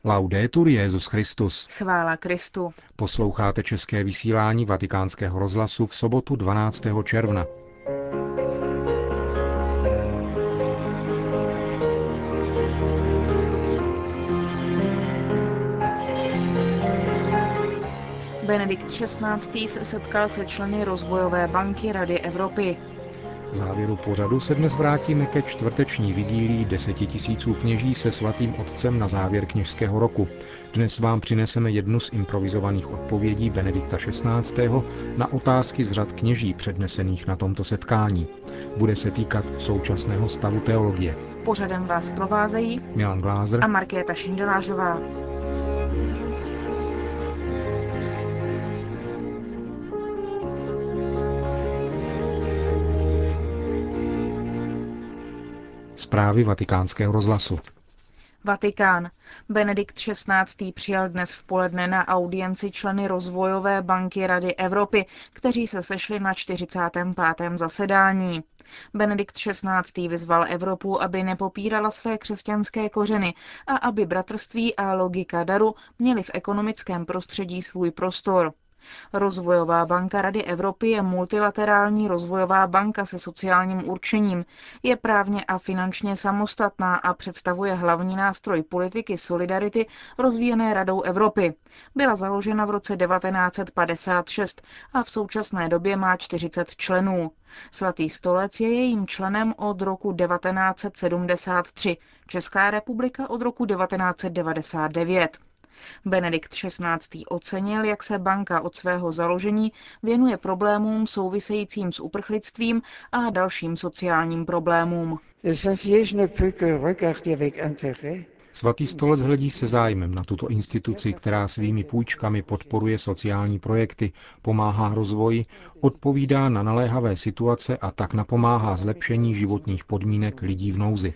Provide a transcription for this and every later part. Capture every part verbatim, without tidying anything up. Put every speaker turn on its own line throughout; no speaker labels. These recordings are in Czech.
Laudetur Jesus Christus.
Chvála Kristu.
Posloucháte české vysílání Vatikánského rozhlasu v sobotu dvanáctého června.
Benedikt šestnáctý. se setkal se členy Rozvojové banky Rady Evropy.
V závěru pořadu se dnes vrátíme ke čtvrteční vigílii deseti tisíců kněží se svatým otcem na závěr kněžského roku. Dnes vám přineseme jednu z improvizovaných odpovědí Benedikta šestnáctého. na otázky z řad kněží přednesených na tomto setkání. Bude se týkat současného stavu teologie.
Pořadem vás provázejí
Milan Glázer
a Markéta Šindelářová.
Zprávy Vatikánského rozhlasu.
Vatikán. Benedikt šestnáctý. přijal dnes v poledne na audienci členy Rozvojové banky Rady Evropy, kteří se sešli na čtyřicátém pátém zasedání. Benedikt šestnáctý. vyzval Evropu, aby nepopírala své křesťanské kořeny a aby bratrství a logika daru měly v ekonomickém prostředí svůj prostor. Rozvojová banka Rady Evropy je multilaterální rozvojová banka se sociálním určením, je právně a finančně samostatná a představuje hlavní nástroj politiky solidarity rozvíjené Radou Evropy. Byla založena v roce devatenáct set padesát šest a v současné době má čtyřicet členů. Svatý stolec je jejím členem od roku devatenáct set sedmdesát tři, Česká republika od roku devatenáct set devadesát devět. Benedikt šestnáctý. ocenil, jak se banka od svého založení věnuje problémům souvisejícím s uprchlictvím a dalším sociálním problémům.
Svatý stolec hledí se zájmem na tuto instituci, která svými půjčkami podporuje sociální projekty, pomáhá rozvoji, odpovídá na naléhavé situace a tak napomáhá zlepšení životních podmínek lidí v nouzi.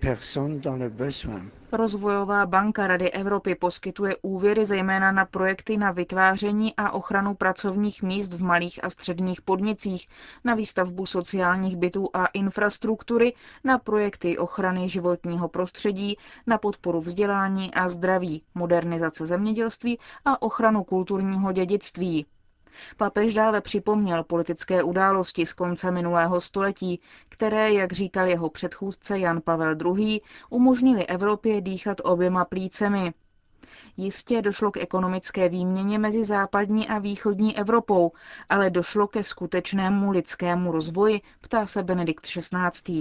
Rozvojová banka Rady Evropy poskytuje úvěry zejména na projekty na vytváření a ochranu pracovních míst v malých a středních podnicích, na výstavbu sociálních bytů a infrastruktury, na projekty ochrany životního prostředí, na podporu vzdělání a zdraví, modernizace zemědělství a ochranu kulturního dědictví. Papež dále připomněl politické události z konce minulého století, které, jak říkal jeho předchůdce Jan Pavel druhý., umožnily Evropě dýchat oběma plícemi. Jistě došlo k ekonomické výměně mezi západní a východní Evropou, ale došlo ke skutečnému lidskému rozvoji, ptá se Benedikt šestnáctý.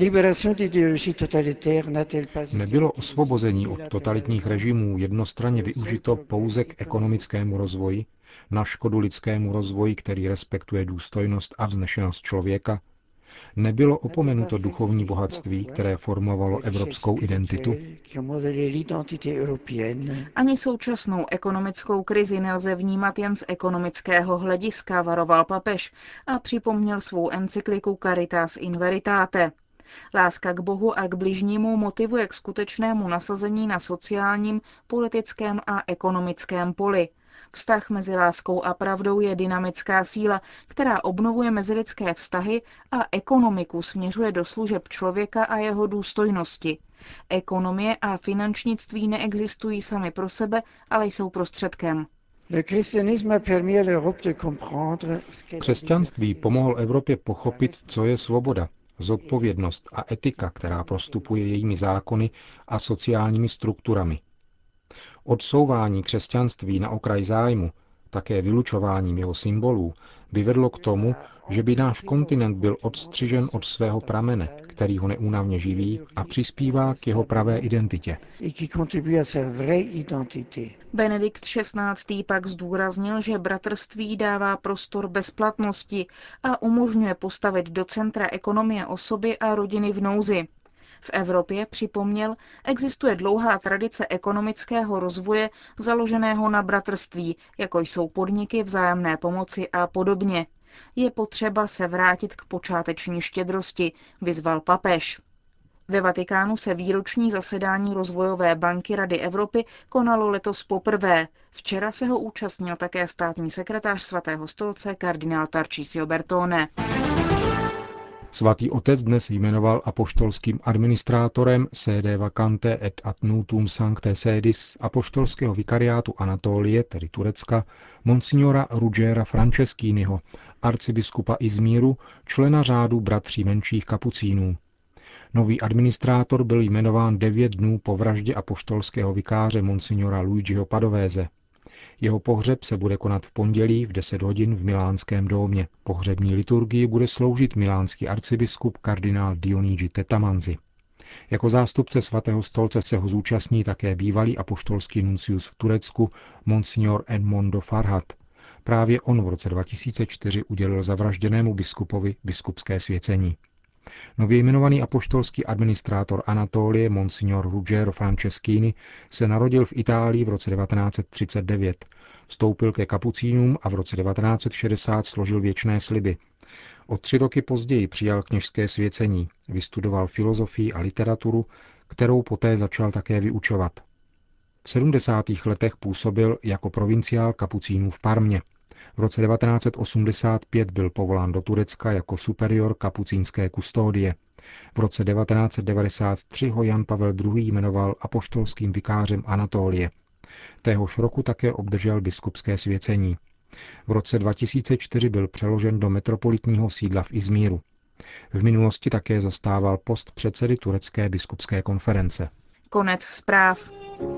Nebylo osvobození od totalitních režimů jednostranně využito pouze k ekonomickému rozvoji, na škodu lidskému rozvoji, který respektuje důstojnost a vznešenost člověka? Nebylo opomenuto duchovní bohatství, které formovalo evropskou identitu?
Ani současnou ekonomickou krizi nelze vnímat jen z ekonomického hlediska, varoval papež a připomněl svou encykliku Caritas in Veritate. Láska k Bohu a k bližnímu motivuje k skutečnému nasazení na sociálním, politickém a ekonomickém poli. Vztah mezi láskou a pravdou je dynamická síla, která obnovuje mezilidské vztahy a ekonomiku směřuje do služeb člověka a jeho důstojnosti. Ekonomie a finančnictví neexistují sami pro sebe, ale jsou prostředkem.
Křesťanství pomohlo Evropě pochopit, co je svoboda, zodpovědnost a etika, která prostupuje jejími zákony a sociálními strukturami. Odsouvání křesťanství na okraj zájmu, také vylučováním jeho symbolů, by vedlo k tomu, že by náš kontinent byl odstřižen od svého pramene, který ho neúnavně živí a přispívá k jeho pravé identitě.
Benedikt šestnáctý. pak zdůraznil, že bratrství dává prostor bezplatnosti a umožňuje postavit do centra ekonomie osoby a rodiny v nouzi. V Evropě, připomněl, existuje dlouhá tradice ekonomického rozvoje založeného na bratrství, jako jsou podniky, vzájemné pomoci a podobně. Je potřeba se vrátit k počáteční štědrosti, vyzval papež. Ve Vatikánu se výroční zasedání Rozvojové banky Rady Evropy konalo letos poprvé. Včera se ho účastnil také státní sekretář Svatého stolce kardinál Tarcisio Bertone.
Svatý otec dnes jmenoval apoštolským administrátorem sede vacante et ad nutum sancte sedis apoštolského vikariátu Anatolie, tedy Turecka, monsignora Ruggera Franceschiniho, arcibiskupa Izmíru, člena řádu bratří menších kapucínů. Nový administrátor byl jmenován devět dnů po vraždě apoštolského vikáře monsignora Luigiho Padovéze. Jeho pohřeb se bude konat v pondělí v deset hodin v milánském domě. Pohřební liturgii bude sloužit milánský arcibiskup kardinál Dionigi Tetamanzi. Jako zástupce svatého stolce se ho zúčastní také bývalý apoštolský nuncius v Turecku monsignor Edmondo Farhat. Právě on v roce dva tisíce čtyři udělil zavražděnému biskupovi biskupské svěcení. Nově jmenovaný apoštolský administrátor Anatolie monsignor Ruggero Franceschini se narodil v Itálii v roce devatenáct set třicet devět. Vstoupil ke kapucínům a v roce devatenáct set šedesát složil věčné sliby. O tři roky později přijal kněžské svěcení, vystudoval filozofii a literaturu, kterou poté začal také vyučovat. V sedmdesátých letech působil jako provinciál kapucínů v Parmě. V roce devatenáct set osmdesát pět byl povolán do Turecka jako superior kapucínské kustodie. V roce devatenáct set devadesát tři ho Jan Pavel druhý. Jmenoval apoštolským vikářem Anatolie. Téhož roku také obdržel biskupské svěcení. V roce dva tisíce čtyři byl přeložen do metropolitního sídla v Izmíru. V minulosti také zastával post předsedy Turecké biskupské konference.
Konec zpráv.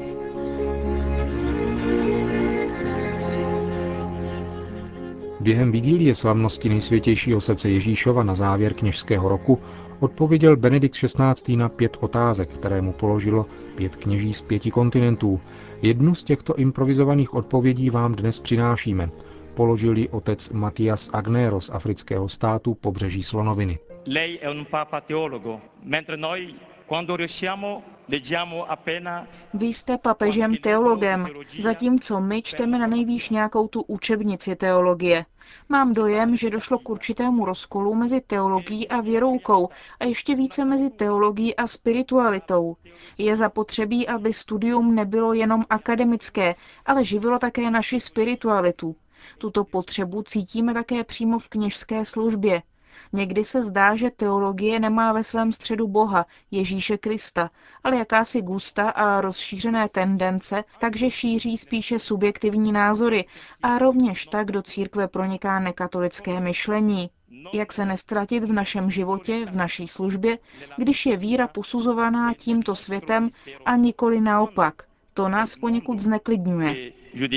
Během vigílie slavnosti Nejsvětějšího srdce Ježíšova na závěr kněžského roku odpověděl Benedikt šestnáctý. Na pět otázek, které mu položilo pět kněží z pěti kontinentů. Jednu z těchto improvizovaných odpovědí vám dnes přinášíme. Položil ji otec Matias Agnero z afrického státu Pobřeží slonoviny.
Lei è un papa teologo, mentre noi quando riusciamo leggiamo appena.
Vy jste papežem teologem, zatímco my čteme na nejvýš nějakou tu učebnici teologie. Mám dojem, že došlo k určitému rozkolu mezi teologií a věroukou a ještě více mezi teologií a spiritualitou. Je zapotřebí, aby studium nebylo jenom akademické, ale živilo také naši spiritualitu. Tuto potřebu cítíme také přímo v kněžské službě. Někdy se zdá, že teologie nemá ve svém středu Boha, Ježíše Krista, ale jakási gusta a rozšířené tendence, takže šíří spíše subjektivní názory a rovněž tak do církve proniká nekatolické myšlení. Jak se nestratit v našem životě, v naší službě, když je víra posuzovaná tímto světem a nikoli naopak. To nás poněkud zneklidňuje.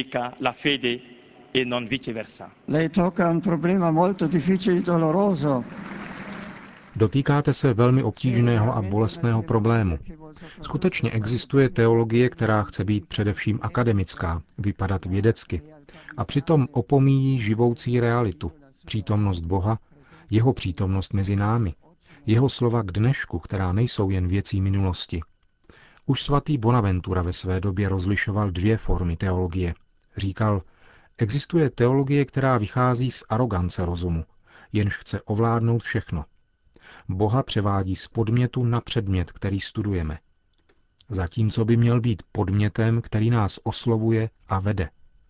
E non viceversa.
Lei tocca un problema molto difficile e doloroso.
Dotýkáte se velmi obtížného a bolestného problému. Skutečně existuje teologie, která chce být především akademická, vypadat vědecky, a přitom opomíjí živoucí realitu, přítomnost Boha, jeho přítomnost mezi námi, jeho slova k dnešku, která nejsou jen věcí minulosti. Už svatý Bonaventura ve své době rozlišoval dvě formy teologie. Říkal, existuje teologie, která vychází z arogance rozumu, jenž chce ovládnout všechno. Boha převádí z podmětu na předmět, který studujeme. Zatímco by měl být podmětem, který nás oslovuje a vede.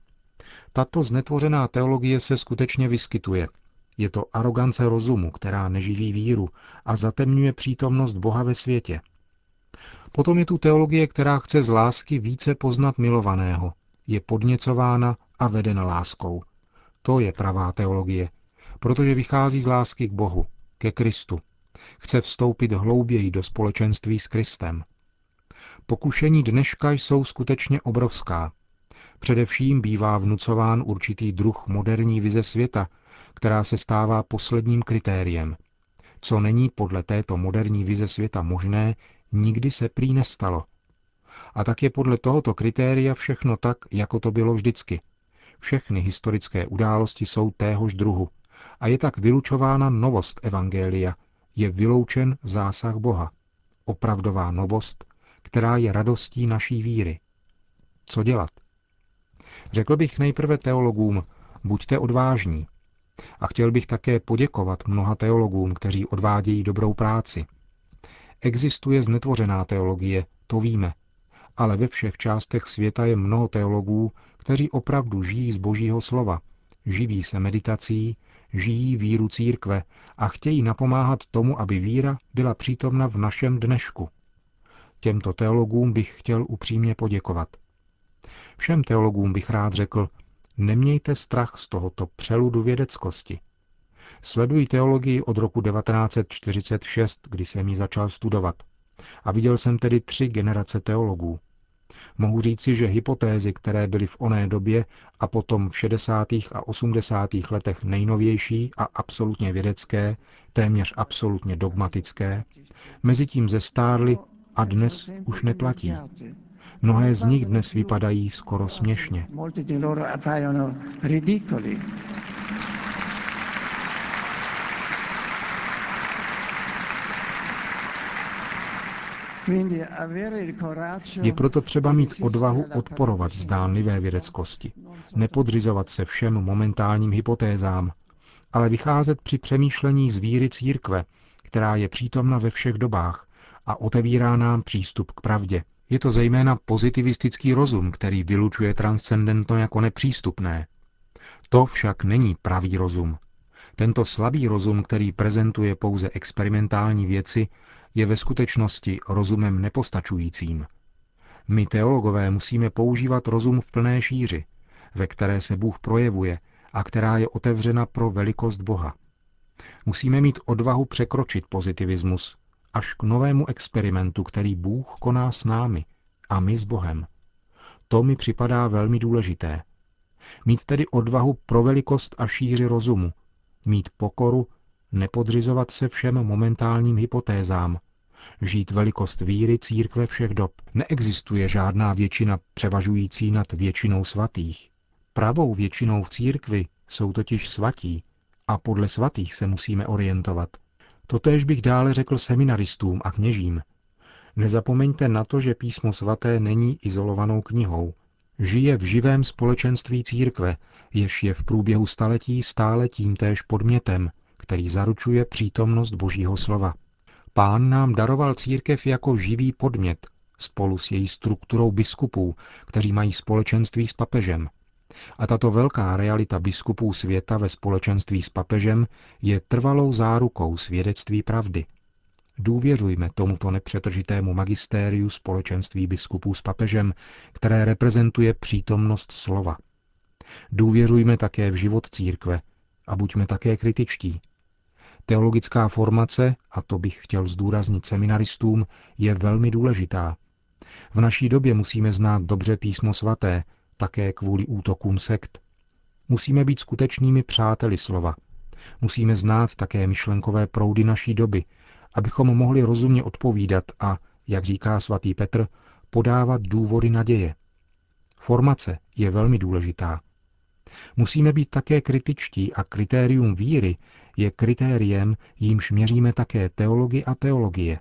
Tato znetvořená teologie se skutečně vyskytuje. Je to arogance rozumu, která neživí víru a zatemňuje přítomnost Boha ve světě. Potom je tu teologie, která chce z lásky více poznat milovaného, je podněcována a vedena láskou. To je pravá teologie, protože vychází z lásky k Bohu, ke Kristu. Chce vstoupit hlouběji do společenství s Kristem. Pokušení dneška jsou skutečně obrovská. Především bývá vnucován určitý druh moderní vize světa, která se stává posledním kritériem. Co není podle této moderní vize světa možné, nikdy se prý nestalo. A tak je podle tohoto kritéria všechno tak, jako to bylo vždycky. Všechny historické události jsou téhož druhu a je tak vylučována novost evangelia, je vyloučen zásah Boha. Opravdová novost, která je radostí naší víry. Co dělat? Řekl bych nejprve teologům, buďte odvážní. A chtěl bych také poděkovat mnoha teologům, kteří odvádějí dobrou práci. Existuje znetvořená teologie, to víme, ale ve všech částech světa je mnoho teologů, kteří opravdu žijí z Božího slova, živí se meditací, žijí víru církve a chtějí napomáhat tomu, aby víra byla přítomna v našem dnešku. Těmto teologům bych chtěl upřímně poděkovat. Všem teologům bych rád řekl, nemějte strach z tohoto přeludu vědeckosti. Sleduji teologii od roku devatenáct set čtyřicet šest, kdy jsem ji začal studovat. A viděl jsem tedy tři generace teologů. Mohu říci, že hypotézy, které byly v oné době a potom v šedesátých a osmdesátých letech nejnovější a absolutně vědecké, téměř absolutně dogmatické, mezitím zestárly a dnes už neplatí. Mnohé z nich dnes vypadají skoro směšně. Je proto třeba mít odvahu odporovat zdánlivé vědeckosti, nepodřizovat se všem momentálním hypotézám, ale vycházet při přemýšlení z víry církve, která je přítomna ve všech dobách a otevírá nám přístup k pravdě. Je to zejména pozitivistický rozum, který vylučuje transcendentno jako nepřístupné. To však není pravý rozum. Tento slabý rozum, který prezentuje pouze experimentální věci, je ve skutečnosti rozumem nepostačujícím. My teologové musíme používat rozum v plné šíři, ve které se Bůh projevuje a která je otevřena pro velikost Boha. Musíme mít odvahu překročit pozitivismus až k novému experimentu, který Bůh koná s námi a my s Bohem. To mi připadá velmi důležité. Mít tedy odvahu pro velikost a šíři rozumu, mít pokoru, nepodřizovat se všem momentálním hypotézám, žít velikost víry církve všech dob. Neexistuje žádná většina převažující nad většinou svatých. Pravou většinou v církvi jsou totiž svatí a podle svatých se musíme orientovat. Totéž bych dále řekl seminaristům a kněžím. Nezapomeňte na to, že Písmo svaté není izolovanou knihou. Žije v živém společenství církve, jež je v průběhu staletí stále tímtéž podmětem, který zaručuje přítomnost Božího slova. Pán nám daroval církev jako živý podmět, spolu s její strukturou biskupů, kteří mají společenství s papežem. A tato velká realita biskupů světa ve společenství s papežem je trvalou zárukou svědectví pravdy. Důvěřujme tomuto nepřetržitému magistériu společenství biskupů s papežem, které reprezentuje přítomnost slova. Důvěřujme také v život církve a buďme také kritičtí. Teologická formace, a to bych chtěl zdůraznit seminaristům, je velmi důležitá. V naší době musíme znát dobře Písmo svaté, také kvůli útokům sekt. Musíme být skutečnými přáteli slova. Musíme znát také myšlenkové proudy naší doby, abychom mohli rozumně odpovídat a, jak říká svatý Petr, podávat důvody naděje. Formace je velmi důležitá. Musíme být také kritičtí a kritérium víry je kritériem, jímž měříme také teologii a teologie.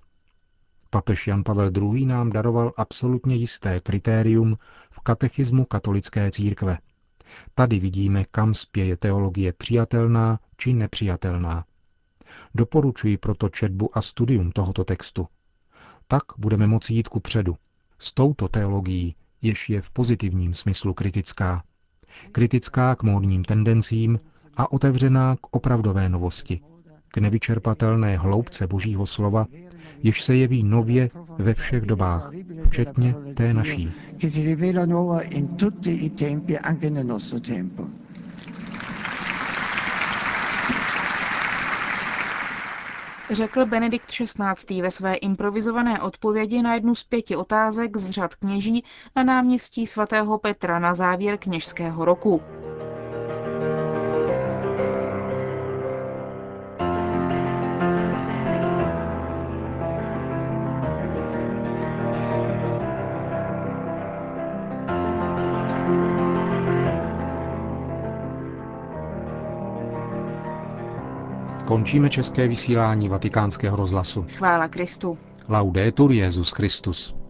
Papež Jan Pavel druhý. Nám daroval absolutně jisté kritérium v katechismu katolické církve. Tady vidíme, kam spěje teologie přijatelná či nepřijatelná. Doporučuji proto četbu a studium tohoto textu. Tak budeme moci jít kupředu. S touto teologií, jež je v pozitivním smyslu kritická. Kritická k módním tendencím a otevřená k opravdové novosti, k nevyčerpatelné hloubce Božího slova, jež se jeví nově ve všech dobách, včetně té naší.
Řekl Benedikt šestnáctý. ve své improvizované odpovědi na jednu z pěti otázek z řad kněží na náměstí svatého Petra na závěr kněžského roku.
Končíme české vysílání Vatikánského rozhlasu.
Chvála Kristu.
Laudetur Jesus Christus.